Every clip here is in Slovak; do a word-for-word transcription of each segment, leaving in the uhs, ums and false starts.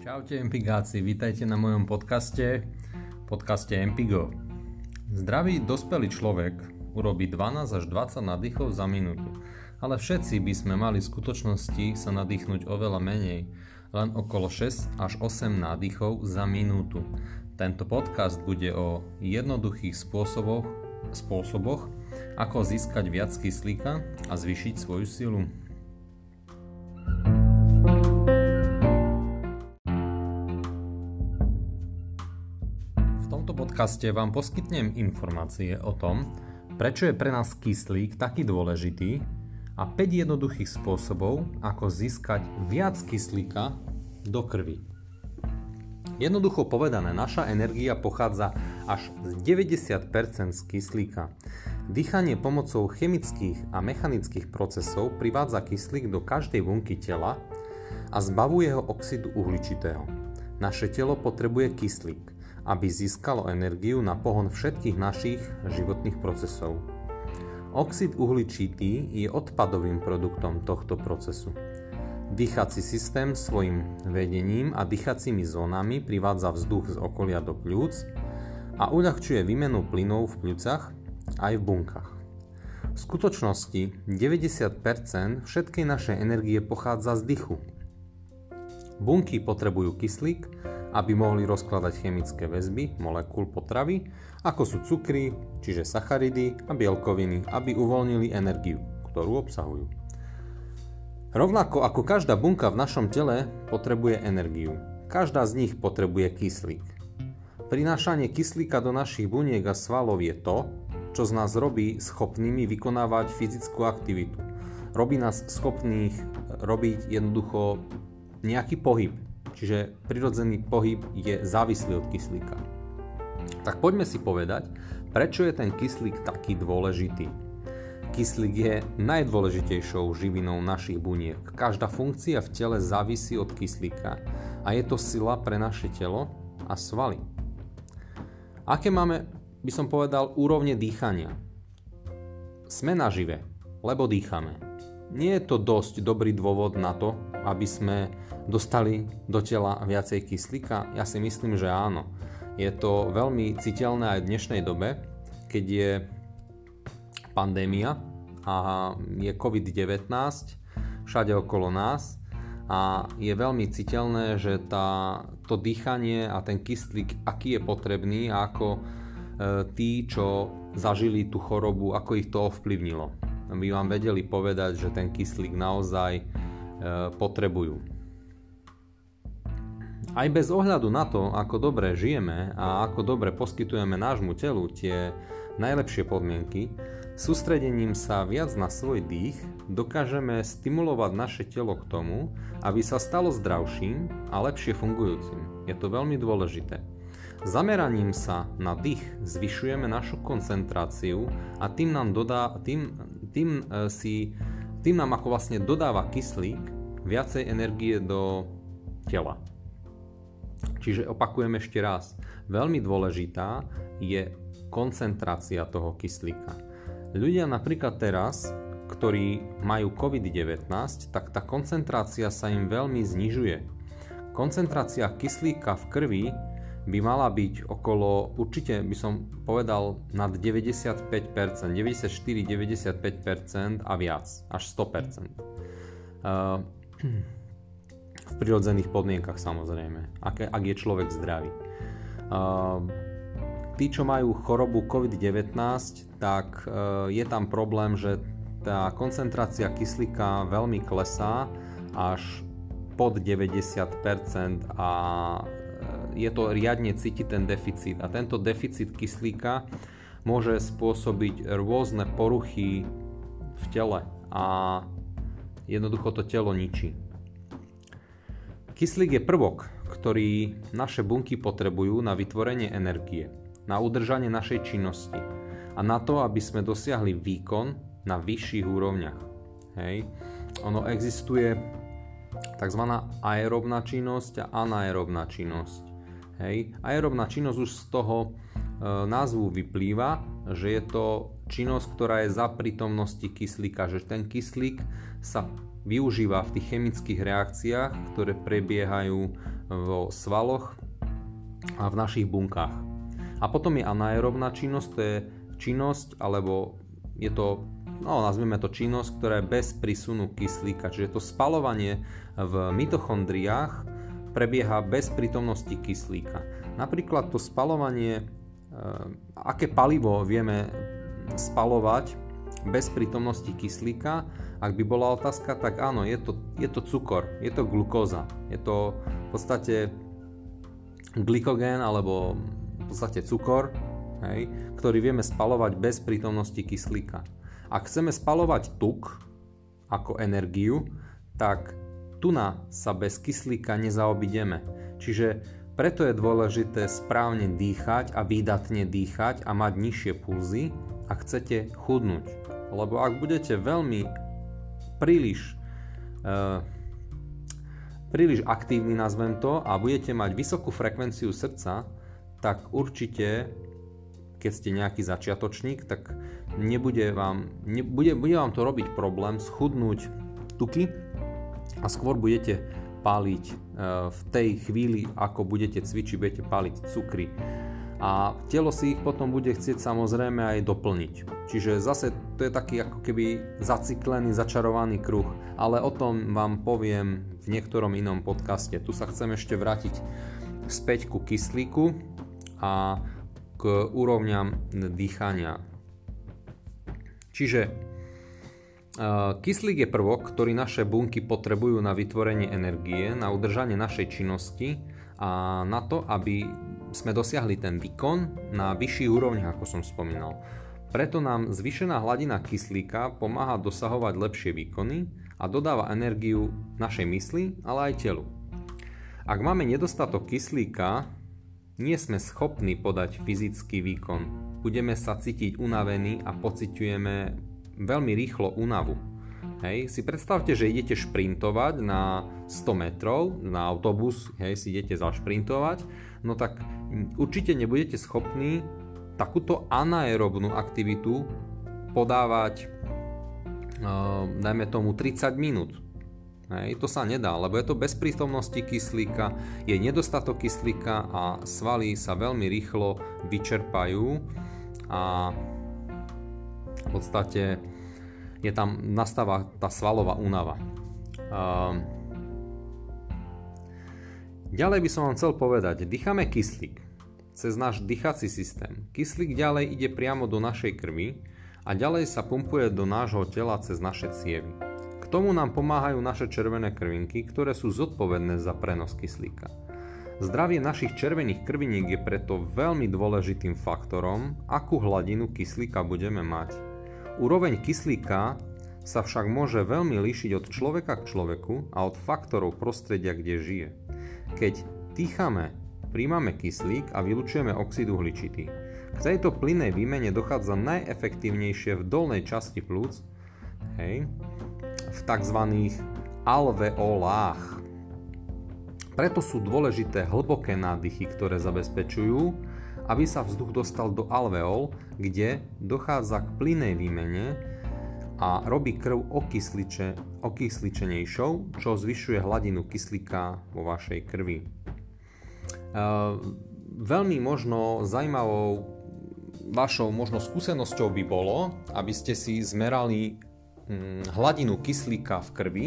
Čaute empigáci, vítajte na mojom podcaste, podcaste Empigo. Zdravý dospelý človek urobí dvanásť až dvadsať nádychov za minútu, ale všetci by sme mali v skutočnosti sa nadýchnuť oveľa menej, len okolo šesť až osem nádychov za minútu. Tento podcast bude o jednoduchých spôsoboch, spôsoboch ako získať viac kyslíka a zvýšiť svoju silu. V tomto podcaste vám poskytnem informácie o tom, prečo je pre nás kyslík taký dôležitý a päť jednoduchých spôsobov, ako získať viac kyslíka do krvi. Jednoducho povedané, naša energia pochádza až z deväťdesiat percent z kyslíka. Dýchanie pomocou chemických a mechanických procesov privádza kyslík do každej bunky tela a zbavuje ho oxidu uhličitého. Naše telo potrebuje kyslík, aby získalo energiu na pohon všetkých našich životných procesov. Oxid uhličitý je odpadovým produktom tohto procesu. Dýchací systém svojim vedením a dýchacími zónami privádza vzduch z okolia do pľúc a uľahčuje výmenu plynov v pľucach aj v bunkách. V skutočnosti deväťdesiat percent všetkej našej energie pochádza z dychu. Bunky potrebujú kyslík, aby mohli rozkladať chemické väzby molekúl potravy, ako sú cukry, čiže sacharidy a bielkoviny, aby uvoľnili energiu, ktorú obsahujú. Rovnako ako každá bunka v našom tele potrebuje energiu. Každá z nich potrebuje kyslík. Prinášanie kyslíka do našich buniek a svalov je to, čo z nás robí schopnými vykonávať fyzickú aktivitu. Robí nás schopných robiť jednoducho nejaký pohyb. Čiže prirodzený pohyb je závislý od kyslíka. Tak poďme si povedať, prečo je ten kyslík taký dôležitý. Kyslík je najdôležitejšou živinou našich buniek. Každá funkcia v tele závisí od kyslíka a je to sila pre naše telo a svaly. Aké máme, by som povedal, úrovne dýchania? Sme nažive, lebo dýchame. Nie je to dosť dobrý dôvod na to, aby sme dostali do tela viacej kyslíka? Ja si myslím, že áno. Je to veľmi citeľné aj v dnešnej dobe, keď je pandémia a je covid devätnásť všade okolo nás a je veľmi citeľné, že tá, to dýchanie a ten kyslík, aký je potrebný a ako e, tí, čo zažili tú chorobu, ako ich to ovplyvnilo. By vám vedeli povedať, že ten kyslík naozaj e, potrebujú. Aj bez ohľadu na to, ako dobre žijeme a ako dobre poskytujeme nášmu telu tie najlepšie podmienky, sústredením sa viac na svoj dých dokážeme stimulovať naše telo k tomu, aby sa stalo zdravším a lepšie fungujúcim. Je to veľmi dôležité. Zameraním sa na dých zvyšujeme našu koncentráciu a tým nám, dodá, tým, tým, e, si, tým nám ako vlastne dodáva kyslík viacej energie do tela. Čiže opakujem ešte raz, veľmi dôležitá je koncentrácia toho kyslíka. Ľudia napríklad teraz, ktorí majú covid devätnásť, tak tá koncentrácia sa im veľmi znižuje. Koncentrácia kyslíka v krvi by mala byť okolo, určite by som povedal, nad deväťdesiatpäť percent, deväťdesiatštyri až deväťdesiatpäť percent a viac, až sto percent. Uh, v prirodzených podmienkach samozrejme, ak, ak je človek zdravý. Uh, tí, čo majú chorobu covid devätnásť, tak uh, je tam problém, že tá koncentrácia kyslíka veľmi klesá až pod deväťdesiat percent a je to riadne cítiť ten deficit. A tento deficit kyslíka môže spôsobiť rôzne poruchy v tele a jednoducho to telo ničí. Kyslík je prvok, ktorý naše bunky potrebujú na vytvorenie energie, na udržanie našej činnosti a na to, aby sme dosiahli výkon na vyšších úrovniach. Hej. Ono existuje tzv. Aerobná činnosť a anaerobná činnosť. Hej. Aerobná činnosť už z toho e, názvu vyplýva, že je to činnosť, ktorá je za prítomnosti kyslíka, že ten kyslík sa využíva v tých chemických reakciách, ktoré prebiehajú vo svaloch a v našich bunkách. A potom je anaerobná činnosť, to je činnosť, alebo je to, no nazvime to činnosť, ktorá je bez prísunu kyslíka, čiže to spaľovanie v mitochondriách prebieha bez prítomnosti kyslíka. Napríklad to spaľovanie, aké palivo vieme spaľovať bez prítomnosti kyslíka, ak by bola otázka, tak áno, je to, je to cukor, je to glukóza, je to v podstate glykogén alebo v podstate cukor, hej, ktorý vieme spaľovať bez prítomnosti kyslíka. Ak chceme spaľovať tuk ako energiu, tak tuna sa bez kyslíka nezaobídeme. Čiže preto je dôležité správne dýchať a výdatne dýchať a mať nižšie pulzy, ak chcete chudnúť. Lebo ak budete veľmi príliš uh, príliš aktívni, nazvem to, a budete mať vysokú frekvenciu srdca, tak určite, keď ste nejaký začiatočník, tak nebude vám, nebude, bude vám to robiť problém schudnúť tuky a skôr budete páliť uh, v tej chvíli, ako budete cvičiť, budete páliť cukry. A telo si ich potom bude chcieť samozrejme aj doplniť. Čiže zase to je taký ako keby zacyklený, začarovaný kruh. Ale o tom vám poviem v niektorom inom podcaste. Tu sa chcem ešte vrátiť späť ku kyslíku a k úrovňam dýchania. Čiže kyslík je prvok, ktorý naše bunky potrebujú na vytvorenie energie, na udržanie našej činnosti a na to, aby sme dosiahli ten výkon na vyšších úrovniach, ako som spomínal. Preto nám zvýšená hladina kyslíka pomáha dosahovať lepšie výkony a dodáva energiu našej mysli, ale aj telu. Ak máme nedostatok kyslíka, nie sme schopní podať fyzický výkon. Budeme sa cítiť unavení a pociťujeme veľmi rýchlo únavu. Hej, si predstavte, že idete šprintovať na sto metrov, na autobus, hej, si idete zašprintovať, no tak určite nebudete schopní takúto anaerobnú aktivitu podávať, uh, dajme tomu tridsať minút. Hej, to sa nedá, lebo je to bez prítomnosti kyslíka, je nedostatok kyslíka a svaly sa veľmi rýchlo vyčerpajú a v podstate je tam, nastáva tá svalová únava. Uh, ďalej by som vám chcel povedať, dýchame kyslík cez náš dýchací systém. Kyslík ďalej ide priamo do našej krvi a ďalej sa pumpuje do nášho tela cez naše cievy. K tomu nám pomáhajú naše červené krvinky, ktoré sú zodpovedné za prenos kyslíka. Zdravie našich červených krviniek je preto veľmi dôležitým faktorom, akú hladinu kyslíka budeme mať. Úroveň kyslíka sa však môže veľmi líšiť od človeka k človeku a od faktorov prostredia, kde žije. Keď dýchame, príjmame kyslík a vylučujeme oxid uhličitý. K tejto plynnej výmene dochádza najefektívnejšie v dolnej časti plúc, hej, v tzv. Alveolách. Preto sú dôležité hlboké nádychy, ktoré zabezpečujú, aby sa vzduch dostal do alveol, kde dochádza k plynnej výmene a robí krv okysliče, okysličenejšou, čo zvyšuje hladinu kyslíka vo vašej krvi. E, veľmi možno zaujímavou vašou možno skúsenosťou by bolo, aby ste si zmerali hm, hladinu kyslíka v krvi.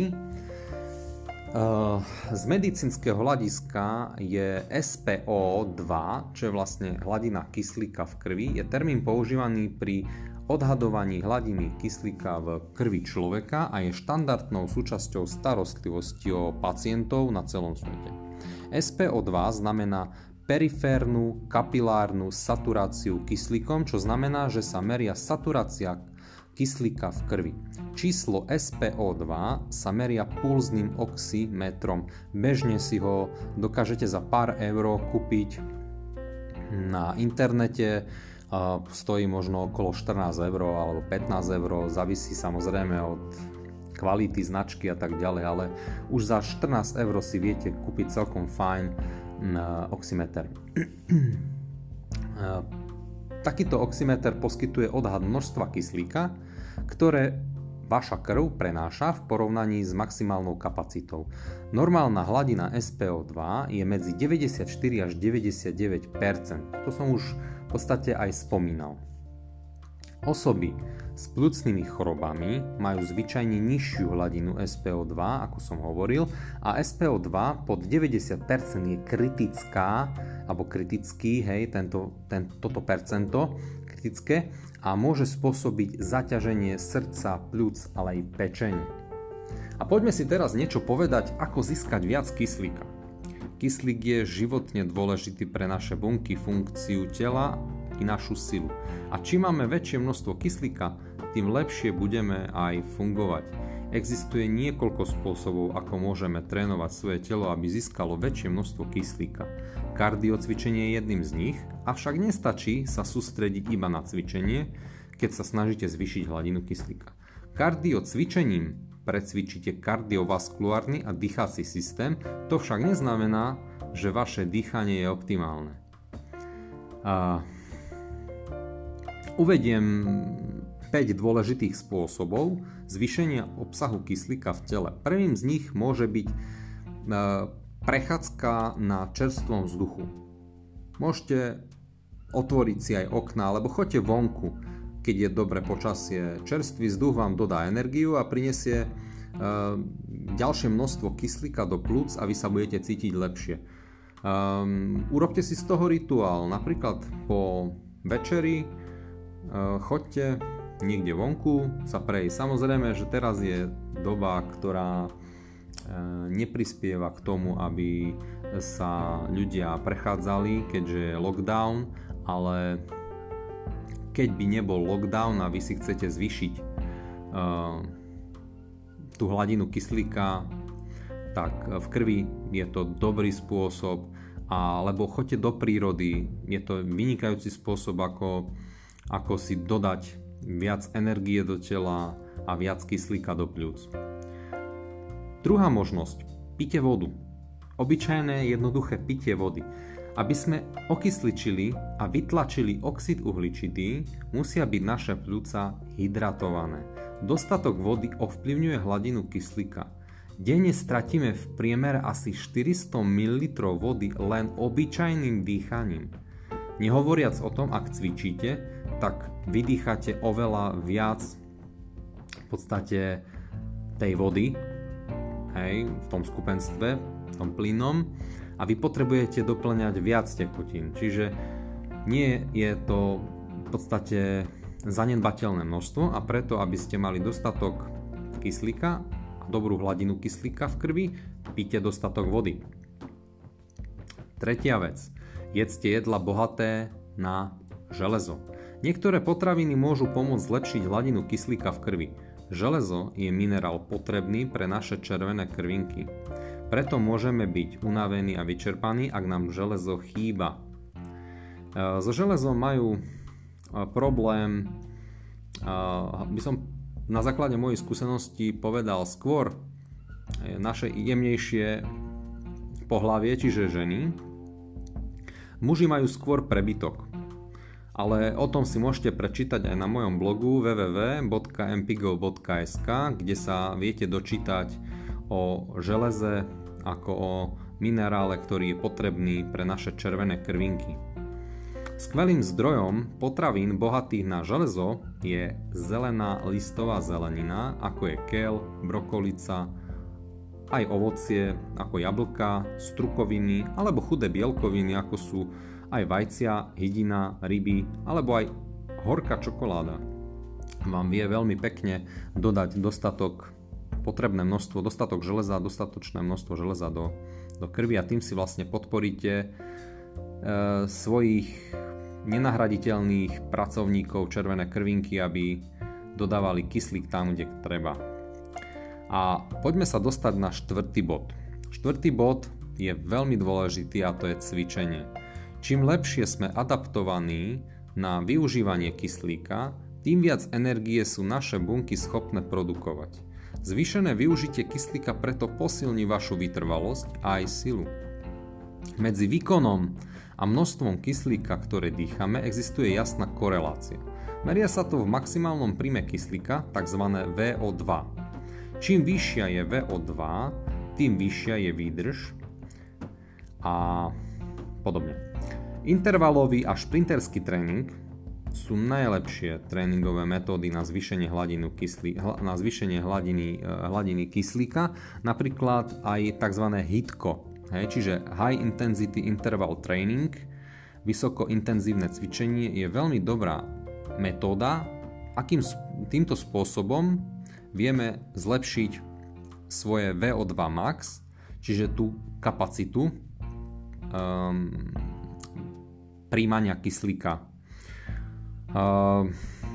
Z medicínskeho hľadiska je es pé ó dva, čo je vlastne hladina kyslíka v krvi, je termín používaný pri odhadovaní hladiny kyslíka v krvi človeka a je štandardnou súčasťou starostlivosti o pacientov na celom svete. es pé ó dva znamená periférnu kapilárnu saturáciu kyslíkom, čo znamená, že sa meria saturácia kyslíka v krvi. Číslo es pé ó dva sa meria pulzným oximetrom. Bežne si ho dokážete za pár eur kúpiť na internete. Stojí možno okolo štrnásť eur alebo pätnásť eur. Závisí samozrejme od kvality značky a tak ďalej, ale už za štrnásť eur si viete kúpiť celkom fajn oximeter. Takýto oximeter poskytuje odhad množstva kyslíka, ktoré vaša krv prenáša v porovnaní s maximálnou kapacitou. Normálna hladina es pé ó dva je medzi deväťdesiatštyri až deväťdesiatdeväť percent. To som už v podstate aj spomínal. Osoby s pľucnými chorobami majú zvyčajne nižšiu hladinu es pé ó dva, ako som hovoril, a es pé ó dva pod deväťdesiat percent je kritická, alebo kritický, hej, tento, ten, toto percento kritické, a môže spôsobiť zaťaženie srdca, pľúc, ale aj pečene. A poďme si teraz niečo povedať, ako získať viac kyslíka. Kyslík je životne dôležitý pre naše bunky, funkciu tela i našu silu. A čím máme väčšie množstvo kyslíka, tým lepšie budeme aj fungovať. Existuje niekoľko spôsobov, ako môžeme trénovať svoje telo, aby získalo väčšie množstvo kyslíka. Kardiocvičenie je jedným z nich, avšak nestačí sa sústrediť iba na cvičenie, keď sa snažíte zvýšiť hladinu kyslíka. Kardiocvičením precvičíte kardiovaskulárny a dýchací systém, to však neznamená, že vaše dýchanie je optimálne. A uvediem päť dôležitých spôsobov zvýšenia obsahu kyslíka v tele. Prvým z nich môže byť prechádzka na čerstvom vzduchu. Môžete otvoriť si aj okná, alebo choďte vonku, keď je dobré počasie. Čerstvý vzduch vám dodá energiu a prinesie e, ďalšie množstvo kyslíka do plúc a vy sa budete cítiť lepšie. E, urobte si z toho rituál. Napríklad po večeri e, choďte niekde vonku sa prejsť. Samozrejme, že teraz je doba, ktorá neprispieva k tomu, aby sa ľudia prechádzali, keďže je lockdown, ale keď by nebol lockdown a vy si chcete zvýšiť uh, tú hladinu kyslíka, tak v krvi je to dobrý spôsob, alebo choďte do prírody, je to vynikajúci spôsob, ako, ako si dodať viac energie do tela a viac kyslíka do pľúc. Druhá možnosť, pite vodu. Obyčajné jednoduché pitie vody. Aby sme okysličili a vytlačili oxid uhličitý, musia byť naše pľúca hydratované. Dostatok vody ovplyvňuje hladinu kyslíka. Denne stratíme v priemere asi štyristo mililitrov vody len obyčajným dýchaním. Nehovoriac o tom, ak cvičíte, tak vydýchate oveľa viac v podstate tej vody, hej, v tom skupenstve, v tom plynom, a vy potrebujete doplňať viac tekutín. Čiže nie je to v podstate zanedbateľné množstvo a preto, aby ste mali dostatok kyslíka a dobrú hladinu kyslíka v krvi, píte dostatok vody. Tretia vec. Jedzte jedla bohaté na železo. Niektoré potraviny môžu pomôcť zlepšiť hladinu kyslíka v krvi. Železo je minerál potrebný pre naše červené krvinky. Preto môžeme byť unavení a vyčerpaní, ak nám železo chýba. So železom majú problém, by som na základe mojich skúseností povedal, skôr naše jemnejšie pohlavie, čiže ženy. Muži majú skôr prebytok. Ale o tom si môžete prečítať aj na mojom blogu w w w bodka m p g o bodka s k, kde sa viete dočítať o železe ako o minerále, ktorý je potrebný pre naše červené krvinky. Skvelým zdrojom potravín bohatých na železo je zelená listová zelenina, ako je keľ, brokolica, aj ovocie ako jablka, strukoviny alebo chudé bielkoviny, ako sú aj vajcia, hydina, ryby alebo aj horká čokoláda. Vám vie veľmi pekne dodať dostatok, potrebné množstvo, dostatok železa, dostatočné množstvo železa do, do krvi a tým si vlastne podporíte e, svojich nenahraditeľných pracovníkov červené krvinky, aby dodávali kyslík tam, kde treba. A poďme sa dostať na štvrtý bod. Štvrtý bod je veľmi dôležitý a to je cvičenie. Čím lepšie sme adaptovaní na využívanie kyslíka, tým viac energie sú naše bunky schopné produkovať. Zvýšené využitie kyslíka preto posilní vašu vytrvalosť a aj silu. Medzi výkonom a množstvom kyslíka, ktoré dýchame, existuje jasná korelácia. Meria sa to v maximálnom príjme kyslíka, tzv. vé ó dva. Čím vyššia je vé ó dva, tým vyššia je výdrž a podobne. Intervalový a šprinterský tréning sú najlepšie tréningové metódy na zvýšenie, hladinu kyslí, na zvýšenie hladiny, hladiny kyslíka, napríklad aj tzv. HIITko, hej, čiže High Intensity Interval Training, vysokointenzívne cvičenie je veľmi dobrá metóda, akým týmto spôsobom vieme zlepšiť svoje vé ó dva max, čiže tú kapacitu um, príjmania kyslíka. Um,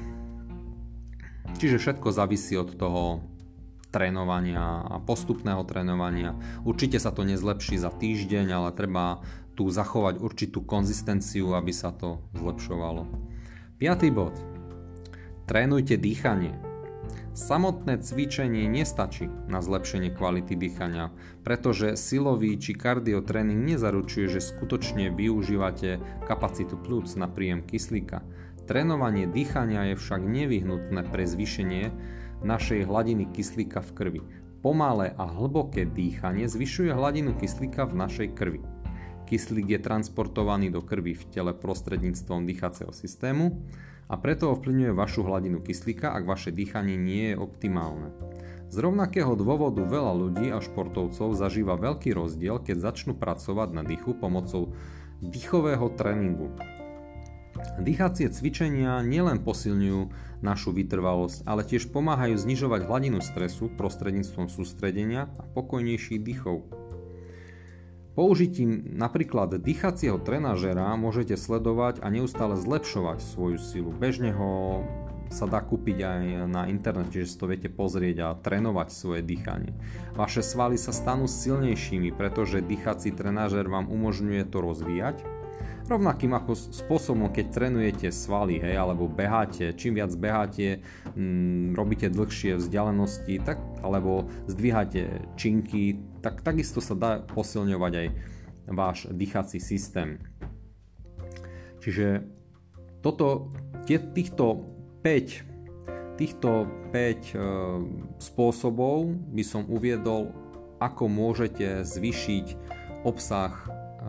čiže všetko závisí od toho trénovania a postupného trénovania. Určite sa to nezlepší za týždeň, ale treba tu zachovať určitú konzistenciu, aby sa to zlepšovalo. Piatý bod. Trénujte dýchanie. Samotné cvičenie nestačí na zlepšenie kvality dýchania, pretože silový či kardiotréning nezaručuje, že skutočne využívate kapacitu pľúc na príjem kyslíka. Trénovanie dýchania je však nevyhnutné pre zvýšenie našej hladiny kyslíka v krvi. Pomalé a hlboké dýchanie zvyšuje hladinu kyslíka v našej krvi. Kyslík je transportovaný do krvi v tele prostredníctvom dýchacieho systému a preto ovplyvňuje vašu hladinu kyslíka, ak vaše dýchanie nie je optimálne. Z rovnakého dôvodu veľa ľudí a športovcov zažíva veľký rozdiel, keď začnú pracovať na dýchu pomocou dýchového tréningu. Dýchacie cvičenia nielen posilňujú našu vytrvalosť, ale tiež pomáhajú znižovať hladinu stresu prostredníctvom sústredenia a pokojnejších dýchov. Použitím napríklad dýchacieho trenažera môžete sledovať a neustále zlepšovať svoju silu. Bežne ho sa dá kúpiť aj na internete, že si to viete pozrieť a trénovať svoje dýchanie. Vaše svaly sa stanú silnejšími, pretože dýchací trenažer vám umožňuje to rozvíjať. Rovnakým ako spôsobom, keď trénujete svaly, hej, alebo beháte, čím viac beháte, m, robíte dlhšie vzdialenosti, tak, alebo zdvíhate činky, tak takisto sa dá posilňovať aj váš dýchací systém. Čiže toto, tie, týchto päť, týchto päť e, spôsobov by som uviedol, ako môžete zvýšiť obsah e,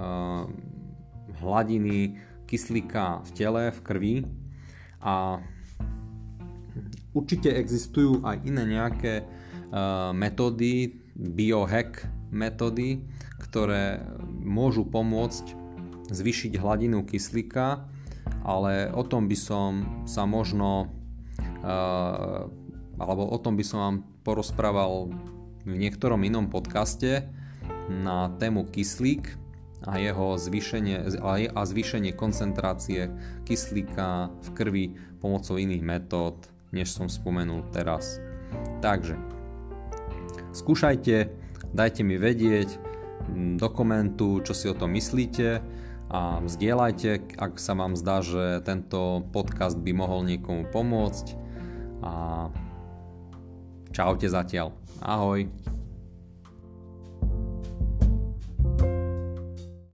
hladiny kyslíka v tele, v krvi, a určite existujú aj iné nejaké uh, metódy, biohack metódy, ktoré môžu pomôcť zvýšiť hladinu kyslíka, ale o tom by som sa možno uh, alebo o tom by som vám porozprával v niektorom inom podcaste na tému kyslík a jeho zvýšenie, a zvýšenie koncentrácie kyslíka v krvi pomocou iných metód, než som spomenul teraz. Takže skúšajte, dajte mi vedieť do komentu, čo si o tom myslíte, a zdieľajte, ak sa vám zdá, že tento podcast by mohol niekomu pomôcť. A čaute zatiaľ. Ahoj.